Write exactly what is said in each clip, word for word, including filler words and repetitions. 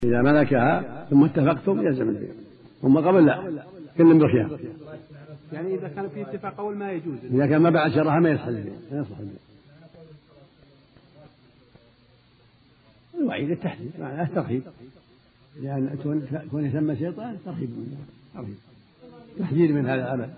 إذا ملكها ثم اتفقتم يلزم البيع، ثم قبل لا كلم بالخيار. يعني إذا كان في اتفاق أول ما يجوز، إذا كان ما بعد شرها ما يصح البيع، ما يصح البيع. الوعيد التحديد معناه الترحيب، لأن كون يسمى شيطان ترحيب ترحيب تحذير من هذا العمل.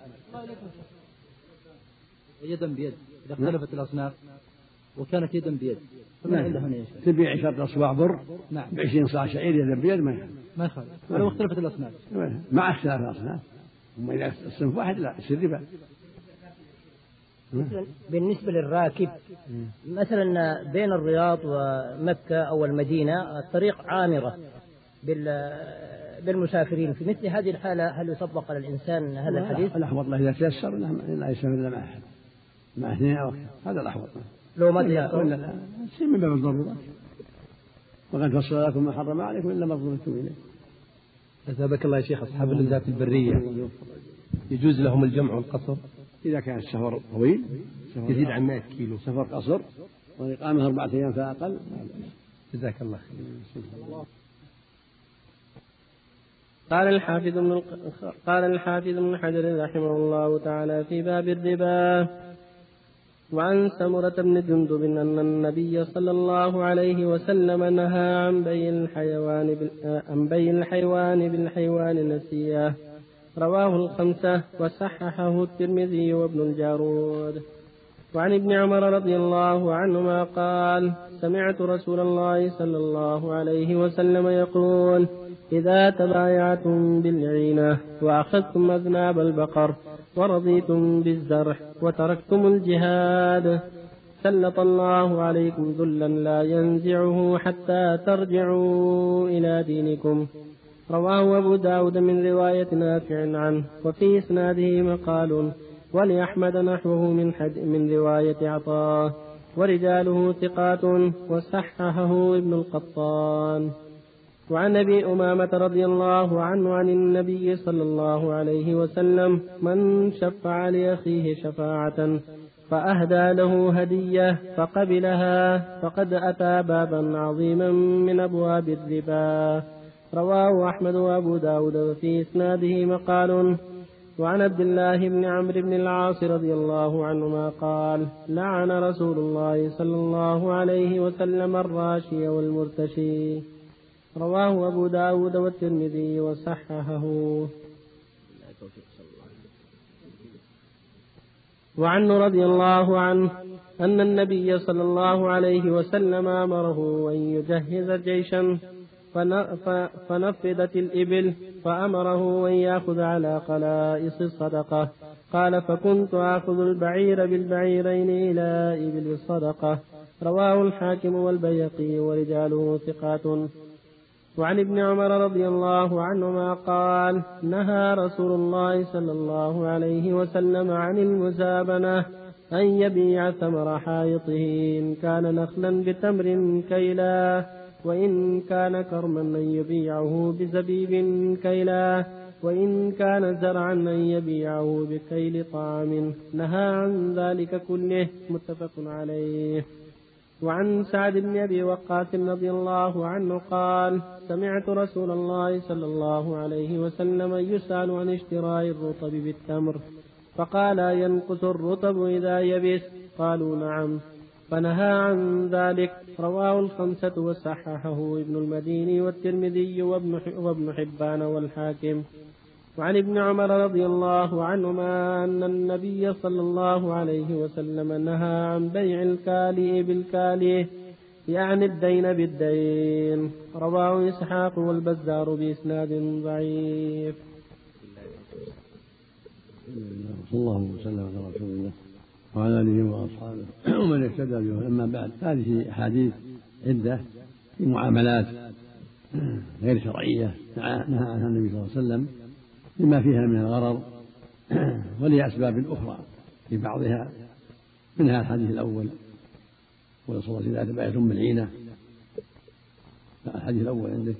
يدا بيد إذا اختلفت الأصناف وكانت يدا بيد فما عنده هنا يشاء تبيع عشرة أصواع بر نعم بعشرين صاع شعير يدا بيد ما يخالف ما يخالف ولو اختلفت الأصناف مع اختلاف الأصناف. أما إذا الصنف واحد لا يصير ربا. بالنسبة للراكب مثلا بين الرياض ومكة أو المدينة الطريق عامرة بالمسافرين، في مثل هذه الحالة هل يطبق على الإنسان هذا الحديث؟ الأحوط له إذا تيسر لا يسافر إلا مع أحد مع اثنين أو أكثر، هذا الأحوط لو ما تيسر ولا لا شيء من باب الضرورة، وقد فصل لكم ما حرم عليكم إلا ما اضطررتم إليه. أثابك الله يا شيخ. أصحاب اللذات البرية يجوز لهم الجمع والقصر إذا كان السفر طويل يزيد عن مائة كيلو سفر قصر والإقامة أربعة أيام فأقل. جزاك الله خير. قال الحافظ ابن قال الحافظ ابن حجر رحمه الله تعالى في باب الربا: وعن سمرة بن جندب أن النبي صلى الله عليه وسلم نهى عن بيع الحيوان عن بيع الحيوان بالحيوان نسيئة. رواه الخمسة وصححه الترمذي وابن الجارود. وعن ابن عمر رضي الله عنهما قال: سمعت رسول الله صلى الله عليه وسلم يقول: إذا تبايعتم بالعينة وأخذتم أذناب البقر ورضيتم بالزرع وتركتم الجهاد سلط الله عليكم ذلا لا ينزعه حتى ترجعوا إلى دينكم. رواه أبو داود من رواية نافع عنه، وفي إسناده مقال، ولأحمد نحوه من, من رواية عطاء، ورجاله ثقات، وصححه ابن القطان. وعن أبي أمامة رضي الله عنه عن النبي صلى الله عليه وسلم: من شفع لأخيه شفاعة فأهدى له هدية فقبلها فقد أتى بابا عظيما من أبواب الربا. رواه أحمد وأبو داود، وفي إسناده مقال. وعن عبد الله بن عمرو بن العاص رضي الله عنهما قال: لعن رسول الله صلى الله عليه وسلم الراشي والمرتشي. رواه أبو داود والترمذي وصححه. وعنه رضي الله عنه أن النبي صلى الله عليه وسلم أمره أن يجهز جيشا فنفذت الإبل، فأمره أن يأخذ على قلائص الصدقة. قال: فكنت آخذ البعير بالبعيرين إلى إبل الصدقة. رواه الحاكم والبيهقي ورجاله ثقات. وعن ابن عمر رضي الله عنهما قال: نهى رسول الله صلى الله عليه وسلم عن المزابنة أن يبيع ثمر حائطه إن كان نخلا بتمر كيلا، وإن كان كرما أن يبيعه بزبيب كيلا، وإن كان زرعا أن يبيعه بكيل طعام. نهى عن ذلك كله. متفق عليه. وعن سعد بن أبي وقاص رضي الله عنه قال: سمعت رسول الله صلى الله عليه وسلم يسأل عن اشتراء الرطب بالتمر، فقال: ينقص الرطب إذا يبس؟ قالوا: نعم. فنهى عن ذلك. رواه الخمسة وصححه ابن المديني والترمذي وابن حبان والحاكم. وعن ابن عمر رضي الله عنهما أن النبي صلى الله عليه وسلم نهى عن بيع الكالئ بالكالئ، يعني الدين بالدين. رواه إسحاق والبزار بإسناد ضعيف. صلى الله وسلم على رسول الله وعلى آله وأصحابه ومن اهتدى به. أما بعد، هذه أحاديث عدة في معاملات غير شرعية نهى عنها النبي صلى الله عليه وسلم لما فيها من الغرر ولأسباب أخرى في بعضها، منها الحديث الأول: ورسول الله إذا تبايعتم بالعينة. الحديث الأول عندك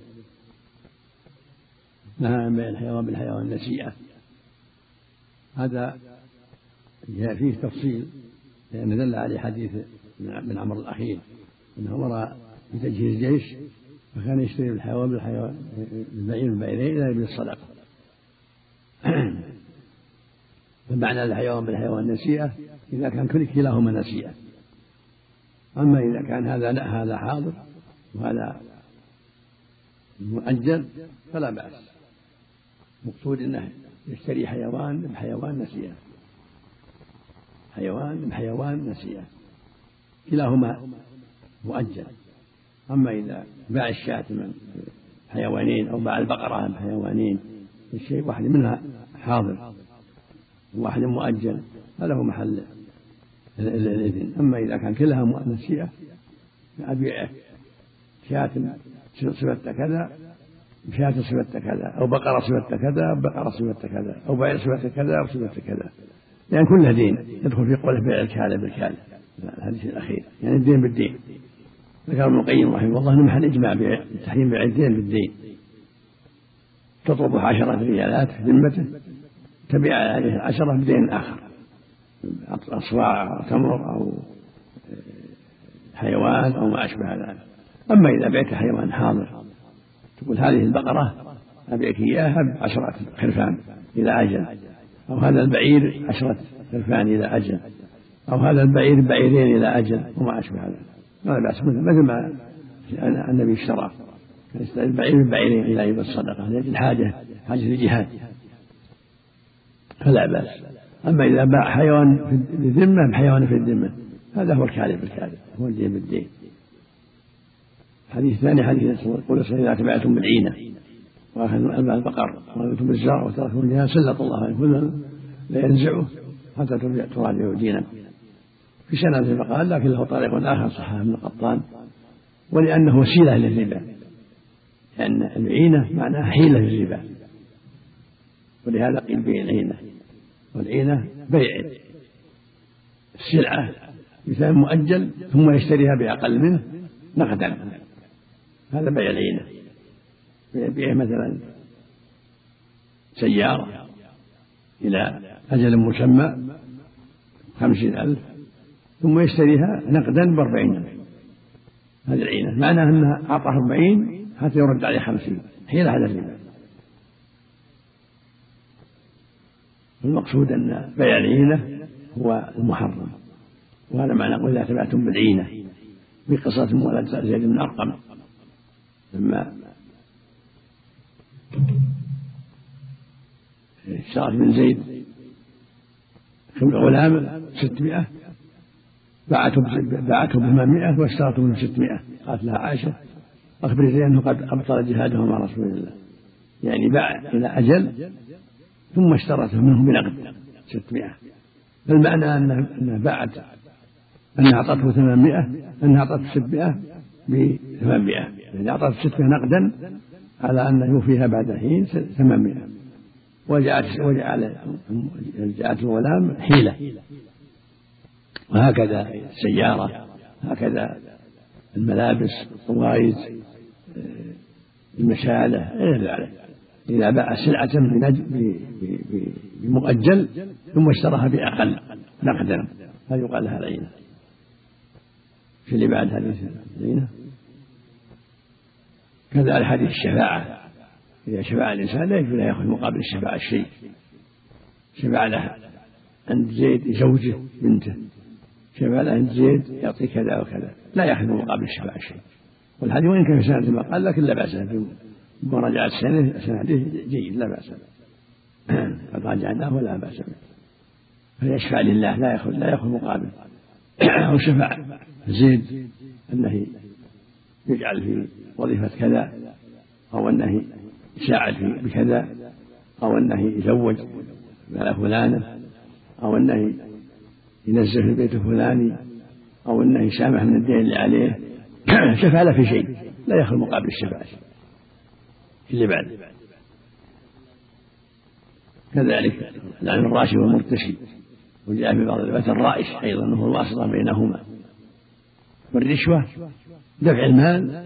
نهى عن بيع الحيوان بالحيوان نسيئة. هذا فيه تفصيل، لأن دل عليه حديث ابن عمر الأخير أنه أمر بتجهيز الجيش فكان يشتري بالحيوان بالحيوان بالبعير بالبعيرين إلى بالصدقة. فمعنى الحيوان بالحيوان نسيئة إذا كان كلاهما نسيئة. أما إذا كان هذا لا هذا حاضر وهذا مؤجل فلا بأس. مقصود أنه يشتري حيوان بحيوان نسيئة، حيوان بحيوان نسيئة كلاهما مؤجل. أما إذا باع الشاة من حيوانين أو باع البقرة من حيوانين الشيء واحد منها حاضر وواحد مؤجل فله محل الإذن. أما إذا كان كلها نسيئة أبيع شاة صفة كذا شاة صفة كذا أو بقرة صفة كذا أو بقرة صفة كذا أو بعير صفة كذا أو صفة كذا، يعني كلها دين يدخل في قوله بيع الكالة بالكالة الحديث الأخير، يعني الدين بالدين. ذكر ابن القيم رحمه الله أنه محل إجماع بتحريم بيع الدين بالدين. تطلب عشرة ريالات في ذمته تبيع عليه عشرة بدين آخر، أصواع أو تمر أو حيوان أو ما أشبه ذلك. أما إذا بعت حيوان حاضر تقول هذه البقرة أبيعك إياها بعشرة خرفان إلى أجل، أو هذا البعير عشرة خرفان إلى أجل، أو هذا البعير بعيرين إلى أجل وما أشبه ذلك، لا بأس منه. مثل ما النبي اشترى البعير بعيرين إلى يوم الصدقة لأجل حاجة حاجة الجهاد فلا بأس. أما إذا باع حيوان في الذمة بحيوان في الذمة هذا هو الكاذب بالكاذب، هو الدين بالدين. حديث ثاني حديث يقول إذا تبعتم بالعينة وأخذتم ألبان البقر وأخذتم بالزرع وتركتم الجهاد سلط الله عليكم لينزعه حتى تراجعوا دينكم. في سند فقال لكن له طريق آخر صححه ابن القطان، ولأنه وسيلة للربا، لأن العينة معناها حيلة للربا، ولهذا قيل بيع العينة. والعينة بيع السلعة مثال مؤجل ثم يشتريها بأقل منه نقدا، هذا بيع العينة. يبيع مثلا سيارة إلى أجل مسمى خمسين ألف ثم يشتريها نقدا بأربعين ألف، هذه العينة معناها أنها أعطاه أربعين حتى يرد عليه خمسين، حيلة على الربا. المقصود أن بيع العينة هو المحرم، وهذا معنى قل إذا تبعتم بالعينة. في قصة مولد زيد بن أرقم لما اشترت من زيد غلام ستمائة باعته باعته بثمانمائة واشترته من ستمائة. قالت لها عائشة أخبري زيد أنه قد أبطل جهاده مع رسول الله، يعني باع إلى أجل ثم اشترته منه بنقد ستمائة. فالمعنى أنها باعت أنها أعطته ثمانمائة أنها أعطته ستمائة بثمانمائة، يعني أعطته ستمائة نقدا على أن يوفيها بعد حين ثمانمائة، وجاءت وجعل جاءت الغلام حيلة. وهكذا السيارة، هكذا الملابس، الطوائز، المشالة، غير ذلك. إذا باع سلعة بمؤجل ثم اشتراها بأقل نقدا هذا يقال لها العينة. في اللي بعد هذه العينة كذا حديث الشفاعة، إذا شفاع الإنسان لا يجوز له يأخذ مقابل الشفاعة الشيء. شفاع له عند زيد زوجه بنته، شفاع له عند زيد يعطي كذا وكذا، لا يأخذ مقابل الشفاعة الشيء. والحديث وإن كان في سنة ما قال لكن لا بأس به، مراجعة السنة حديث جيد لا بأس به، قد راجعناه ولا بأس به. فيشفع لله لا يأخذ لا يأخذ مقابل. أو شفع زيد أنه يجعل في وظيفة كذا، أو أنه يساعد بكذا، أو أنه يزوج على فلانة، أو أنه ينزل في البيت الفلاني، أو أنه يسامح من الدين اللي عليه. شفع له في شيء لا يأخذ مقابل الشفاعة. اللي بعد كذلك لعن الراشي والمرتشي، وجاء في بعض الروايات الرائش أيضا أنه الواسطة بينهما. والرشوة دفع المال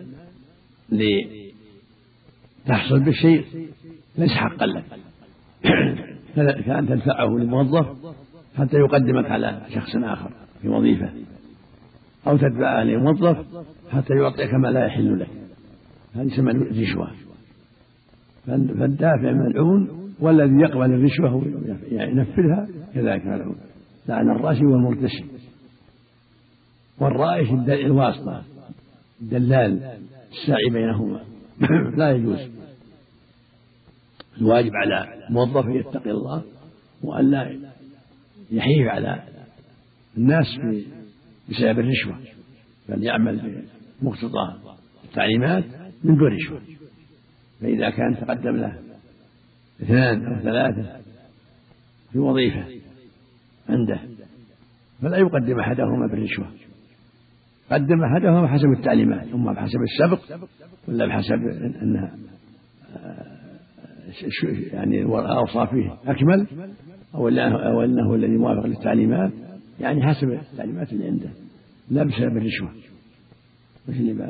لتحصل بالشيء ليس حقا لك، كأن تدفعه لموظف حتى يقدمك على شخص آخر في وظيفة، أو تدفعه لموظف حتى يعطيك ما لا يحل لك، هذه اسمها الرشوة. فالدافع ملعون، والذي يقبل الرشوة وينفذها كذلك ملعون. لعن الراشي والمرتشي. والرائش الواسطة الدلال الساعي بينهما لا يجوز. الواجب على موظف يتقي الله وأن لا يحيف على الناس بسبب الرشوة، بل يعمل بمقتضى التعليمات من دون رشوة. فإذا كان تقدم له اثنان أو ثلاثة في وظيفة عنده فلا يقدم أحدهما بالرشوة، قدم أحدهما بحسب التعليمات، ثم بحسب السبق ولا بحسب أنها يعني أوصى فيه أكمل أو أنه الذي موافق للتعليمات، يعني حسب التعليمات اللي عنده لا بسبب الرشوة. وش اللي بعده؟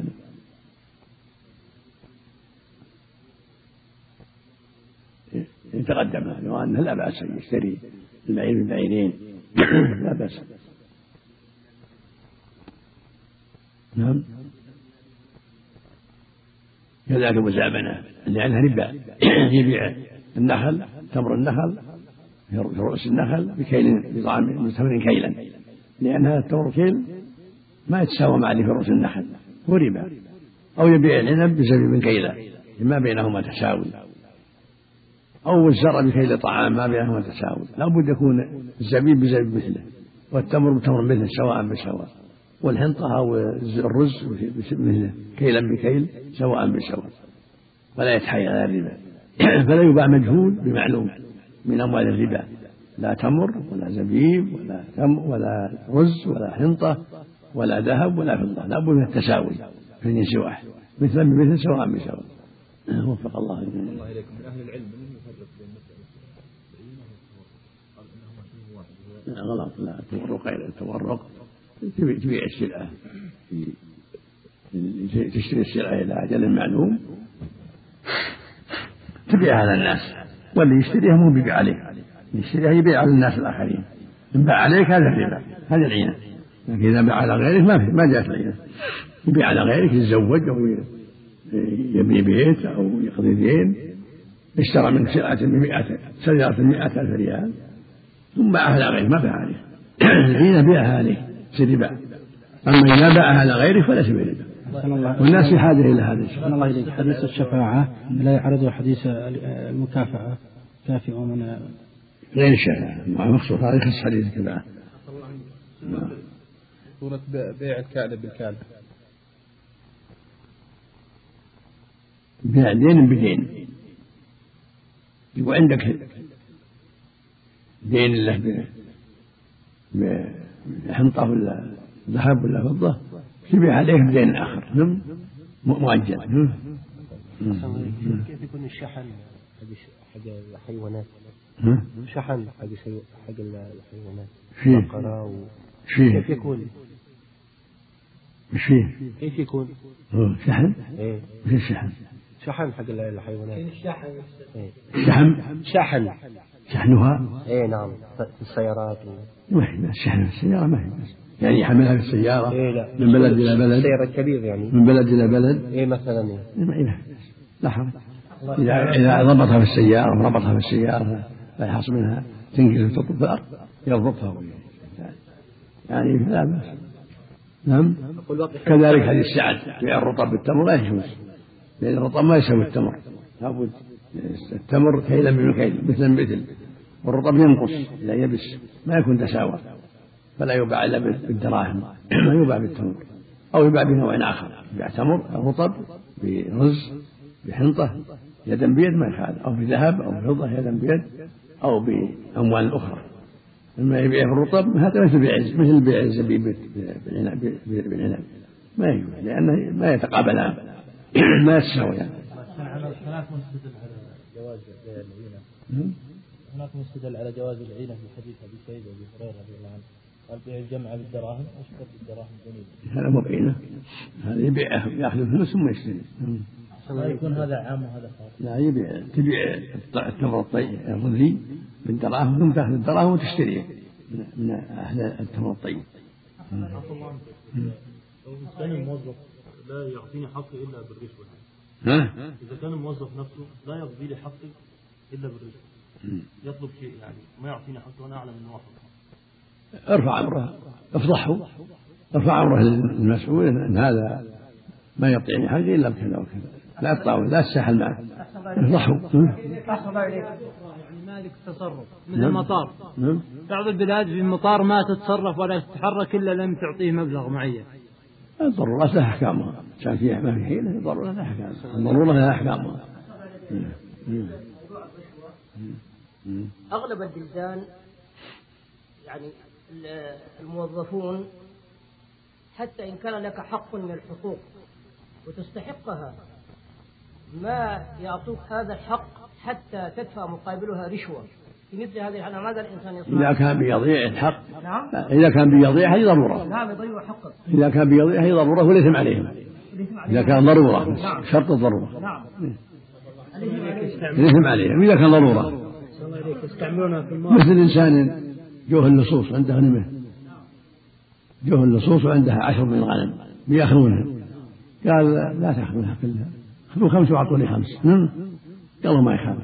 يتقدم لو أنه لا بأس يشتري البعير بالبعيرين لا بأس. نعم. كذلك المزابنة لأنها ربا، يبيع النخل تمر النخل في رؤوس النخل بكيل بطعام بثمن كيلا، لأن هذا التمر كيل ما يتساوى مع اللي في رؤوس النخل، هو ربا. أو يبيع العنب بزبيب كيلا ما بينهما تساوي، أو الزرع بكيل طعام ما بينهما تساوي، لا بد يكون الزبيب بزبيب مثله والتمر بتمر مثله سواء بسواء، والحنطة أو الرز مثله كيلا بكيل سواء بسواء، ولا يتحايل على الربا. فلا يباع مجهول بمعلوم من أموال الربا، لا تمر ولا زبيب ولا تمر ولا رز ولا حنطة ولا ذهب ولا فضة، لا بد من التساوي في جنس واحد، مثلا بمثل سواء بسواء. وفق الله الجميع. الله إليكم. من أهل العلم من يفرق بين مسألة البعينة والتورق؟ قال إنهما شيء واحد. لا غلط، لا التورق غير التورق. تبيع السلعة تشتري السلعة إلى أجل معلوم تبيعها على الناس، واللي يشتريها مو بيبيع عليه، يشتريها يبيع على الناس الآخرين. إن باع عليك هذا الربا، هذه العينة. لكن إذا باع على غيرك ما في ما جاءت العينة. يبيع على غيرك، يتزوج أو يبني بيت أو يقضي دين، اشترى من سلعة بمئة سيارة بمئة ألف ريال ثم باعها على غيره ما باع عليه، العينة بيعها عليه ربا. أما إذا باعها على غيره فلا شيء ربا، والناس في حاجة إلى هذا الشيء. الله إليك. حديث الشفاعة لا يعرض حديث المكافأة كافئ من غير الشفاعة مخصوص، هذا يخص حديث الشفاعة. صورة بيع الكالب بالكالب، بيع دين بدين. يقول عندك دين له بحنطة ولا ذهب ولا فضة تبيع عليه بدين آخر مؤجل. كيف يكون الشحن حق الحيوانات؟ شحن حق حق الحيوانات بقرة كيف يكون؟ مش فيه كيف يكون؟ شحن؟ ايه مش الشحن، شحن حق الحيوانات. شحن شحن شحن شحنها ايه نعم في السيارات و... ما هي شحن السيارة ما هي بس يعني يحملها في السيارة إيه لا. من بلد إلى بلد، السيارة الكبير يعني من بلد إلى بلد ايه مثلا ايه ما إله لا حرج. إذا إذا ضبطها في السيارة وربطها في السيارة لا يحصل منها تنقل وتطب في الأرض يربطها يعني لا بأس. نعم. كذلك هذه السعد بيع الرطب بالتمر لا يجوز، لأن الرطب ما يساوي التمر، لابد التمر كيلا بكيل مثلا مثل، والرطب ينقص إذا يبس ما يكون تساوى، فلا يباع إلا بالدراهم ما يباع بالتمر، أو يباع بنوع آخر، يباع تمر أو رطب برز بحنطة يدا بيد ما يخالف، أو بذهب أو بفضة يدا بيد أو بأموال أخرى. لما يبيع الرطب هذا مثل بيع مثل بيع الزبيب بالعنب ما يجوز، لأنه ما يتقابلان ما يتساويان. هناك مستدل على جواز بيع العينة، هناك مستدل على جواز العينة في حديث أبي سعيد وأبي هريرة رضي الله عنه قال بيع الجمع بالدراهم أشبه بالدراهم جميل. هذا مو بعينة، هذا يبيع يأخذ الفلوس ثم يشتري. لا يكون هذا عام وهذا خاص. لا يبيع تبيع التمر الطيب الرذي بالدراهم ثم تأخذ الدراهم وتشتريه من أهل التمر الطيب. لو إنسان الموظف لا يعطيني حقي إلا بالرشوة ها؟ إذا كان الموظف نفسه لا يقضي لي حقي إلا بالرزق، يطلب شيء يعني ما يعطيني حقي وأنا أعلم أنه واحد، ارفع أمره، افضحه، ارفع أمره للمسؤول أن هذا ما يعطيني حقي إلا بكذا وكذا، لا تطاول، لا تساحل معه، افضحه. أحسن الله إليك. يعني مالك التصرف من نعم. المطار. نعم. بعض البلاد في المطار ما تتصرف ولا تتحرك إلا لم تعطيه مبلغ معين. الضرورة لها أحكامها، كان فيها ما في حيلة، الضرورة لها أحكامها، الضرورة لها أحكامها. أغلب البلدان يعني الموظفون حتى إن كان لك حق من الحقوق وتستحقها ما يعطوك هذا الحق حتى تدفع مقابلها رشوة. في مثل هذه الحالة ماذا الإنسان يصنع؟ إذا كان بيضيع الحق. نعم. إذا كان بيضيع هي ضرورة. نعم يضيع حقك. إذا كان بيضيع هي ضرورة وليثم عليهم. إذا كان ضرورة. نعم. شرط الضرورة. نعم. ليثم عليهم إذا كان ضرورة. مثل إنسان جوه اللصوص عنده غنمه، جوه اللصوص وعنده عشر من الغنم بيأخذونها، قال لا تأخذونها كلها، خذوا خمس وأعطوني خمس. قالوا ما يخاف،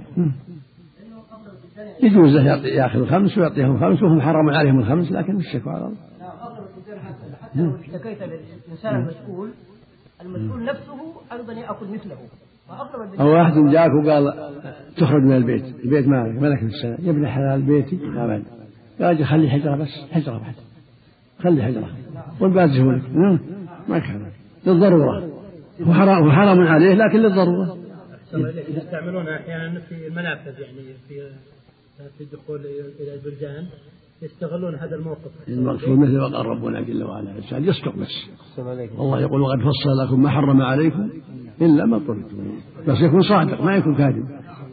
يجوز له يأخذ خمس ويعطيهم خمس وهم حرام عليهم الخمس، لكن الشكوى على الله. حتى لو اشتكيت للإنسان المسؤول، المسؤول نفسه أيضا يأكل مثله. أو واحد جاك وقال تخرج من البيت، البيت مالك ملك في السنة، يا ابن حلال بيتي لا مال، قال خلي حجرة بس، حجرة واحدة، خلي حجرة والباقي لك ما يخالف للضرورة، وحرام وحرام عليه لكن للضرورة. يستعملونها أحيانا في المنافذ، يعني في في الدخول إلى البلدان يستغلون هذا الموقف. المقصود مثل ما قال ربنا جل وعلا الإنسان يسكت بس. الله يقول وقد فصل لكم ما حرم عليكم إلا ما اضطررتم، بس يكون صادق ما يكون كاذب.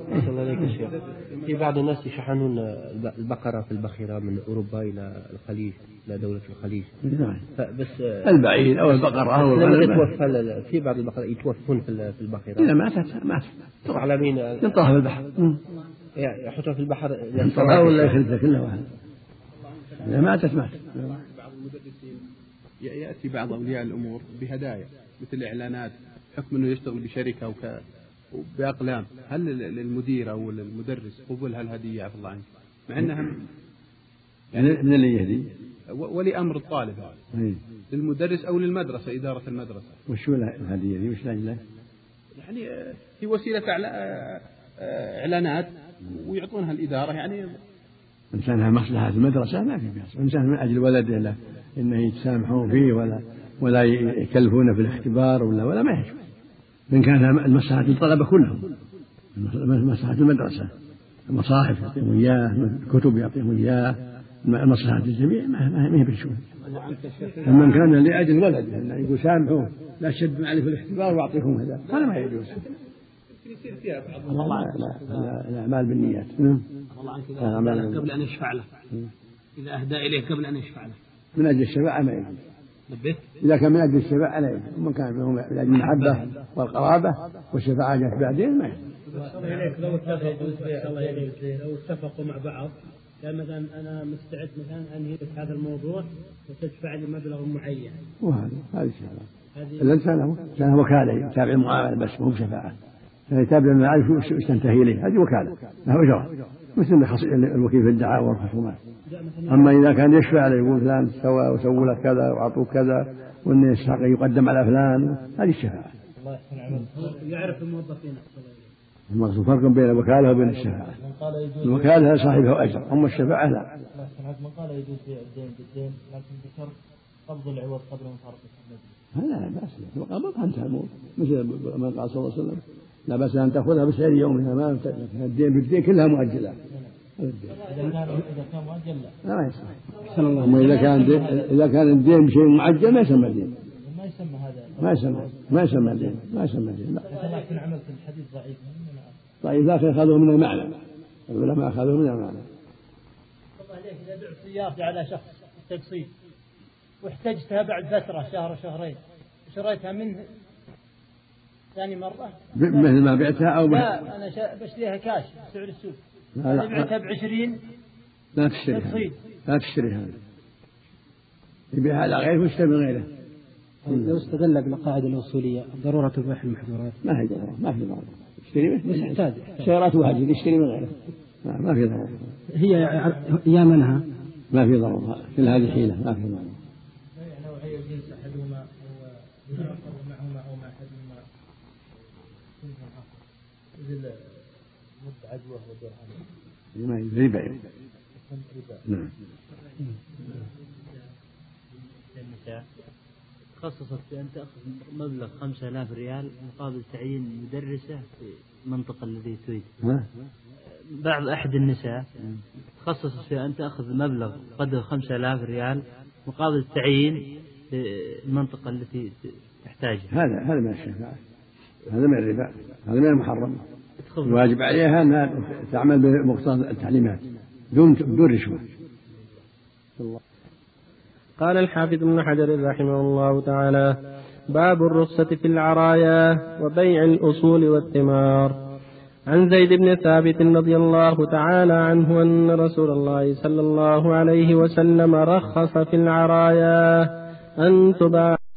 في بعض الناس يشحنون البقرة في البخيرة من أوروبا إلى الخليج، إلى دولة الخليج. نعم. بس البعير أو البقرة أو يتوفى في بعض البقرة يتوفون في البخيرة. إذا ماتت ماتت تروح على مين؟ ينطرح في البحر. يحطها في البحر ينطرح ولا يخرجها كلها واحد. إذا ماتت ماتت. بعض المدرسين يأتي بعض أولياء الأمور بهدايا مثل إعلانات، حكم أنه يشتغل بشركة وك... وبأقلام، هل للمدير أو للمدرس قبول هالهدية عفوا الله عنك؟ مع أنها يعني من اللي يهدي ولي أمر الطالب هذا للمدرس أو للمدرسة إدارة المدرسة. وشو الهدية دي وش لاجله؟ يعني في وسيلة إعلانات ويعطونها الإدارة، يعني إن كانها مصلحة المدرسة ما في بأس، إن كان من أجل ولده له إنه يتسامحون فيه ولا ولا يكلفونه في الاختبار ولا ولا ما يجوز. إن كانها المصلحة الطلبة كلهم، مصلحة المدرسة، المصاحف يعطيهم إياه، الكتب يعطيهم إياه، مصلحة الجميع ما ما هي بشؤون. أما إن كان لأجل ولده إنه يقول سامحوا لا تشد عليه في الاختبار وأعطيكم هذا، هذا ما يجوز. الله لا الأعمال بالنيات. الله قبل أن يشفع له، إذا أهدى إليه قبل أن يشفع له من أجل الشفاعة ما يجوز. إذا كان من أجل الشفاعة لا يجوز، ومن كان من أجل المحبة والقرابة والشفاعة جاءت بعدين ما يجوز. لو اتفقوا لو اتفقوا مع بعض، قال مثلا أنا مستعد مثلا أنهي لك هذا الموضوع وتدفع لي مبلغ معين، وهذا هذه الشفاعة. الإنسان هو كان وكالة يتابع المعاملة بس مو بشفاعة، يتابع ما يعرف وش تنتهي إليه، هذه وكالة له إجراء مثل الوكيل في الدعاوى والخصومات. أما إذا كان يشفع عليه يقول فلان سوى وسووا له كذا وأعطوه كذا وإن الحق يقدم على فلان، هذه الشفاعة. يعرف الموظفين. المقصود فرق بين الوكالة وبين الشفاعة. الوكالة صاحبها أجر، أما الشفاعة لا. من قال يجوز الدين بالدين لكن بشرط قبض العوض قبل مفارقة المجلس. لا لا بأس، وقبضها انتهى الأمور، مثل ما قال صلى الله عليه وسلم لا بأس أن تأخذها بسعر يومها، ما الدين بالدين كلها مؤجلة. إذا كان إذا كان مؤجل لا. لا يصح. أما إذا كان إذا كان الدين بشيء معجل ما يسمى دين. ما يسمى هذا. ما يسمى ما يسمى دين ما يسمى دين. لا. لكن عملت الحديث ضعيف. طيب لكن أخذوه من المعنى، العلماء أخذوه من المعنى. الله عليك إذا بعت سيارتي على شخص تقسيط واحتجتها بعد فترة شهر شهرين شريتها منه ثاني مرة مثل ما بعتها أو لا أنا بشتريها كاش سعر السوق. لا لا بعتها بعشرين لا تشتري لا تشتري هذا، يبيعها على غيره ويشتري من غيره. لو استدل بالقاعدة الأصولية ضرورة تباح المحظورات. ما هي ضرورة، ما في ضرورة. اشتري بس يحتاج سيارات واجد يشتري من غيره. ما في ضرورة. هي يا منها ما في ضرورة، كل هذه حيلة ما في ضرورة. نوعية جنس أحدهما أو معهما أو مع أحدهما مثل مد عدوى ودرهم. ما ربا. نعم. النساء خصصت بأن تأخذ مبلغ خمسة آلاف ريال مقابل تعيين مدرسة في المنطقة الذي تريد. بعض أحد النساء خصصت في أن تأخذ مبلغ قدر خمسة آلاف ريال مقابل تعيين في المنطقة التي تحتاجها. هذا هذا من الشفاعة، هذا من الربا، هذا من المحرم. الواجب عليها أنها تعمل بمقتضى التعليمات دون دون رشوة. قال الحافظ ابن حجر رحمه الله تعالى: باب الرخصة في العرايا وبيع الأصول والثمار. عن زيد بن ثابت رضي الله تعالى عنه أن رسول الله صلى الله عليه وسلم رخص في العرايا أن تباع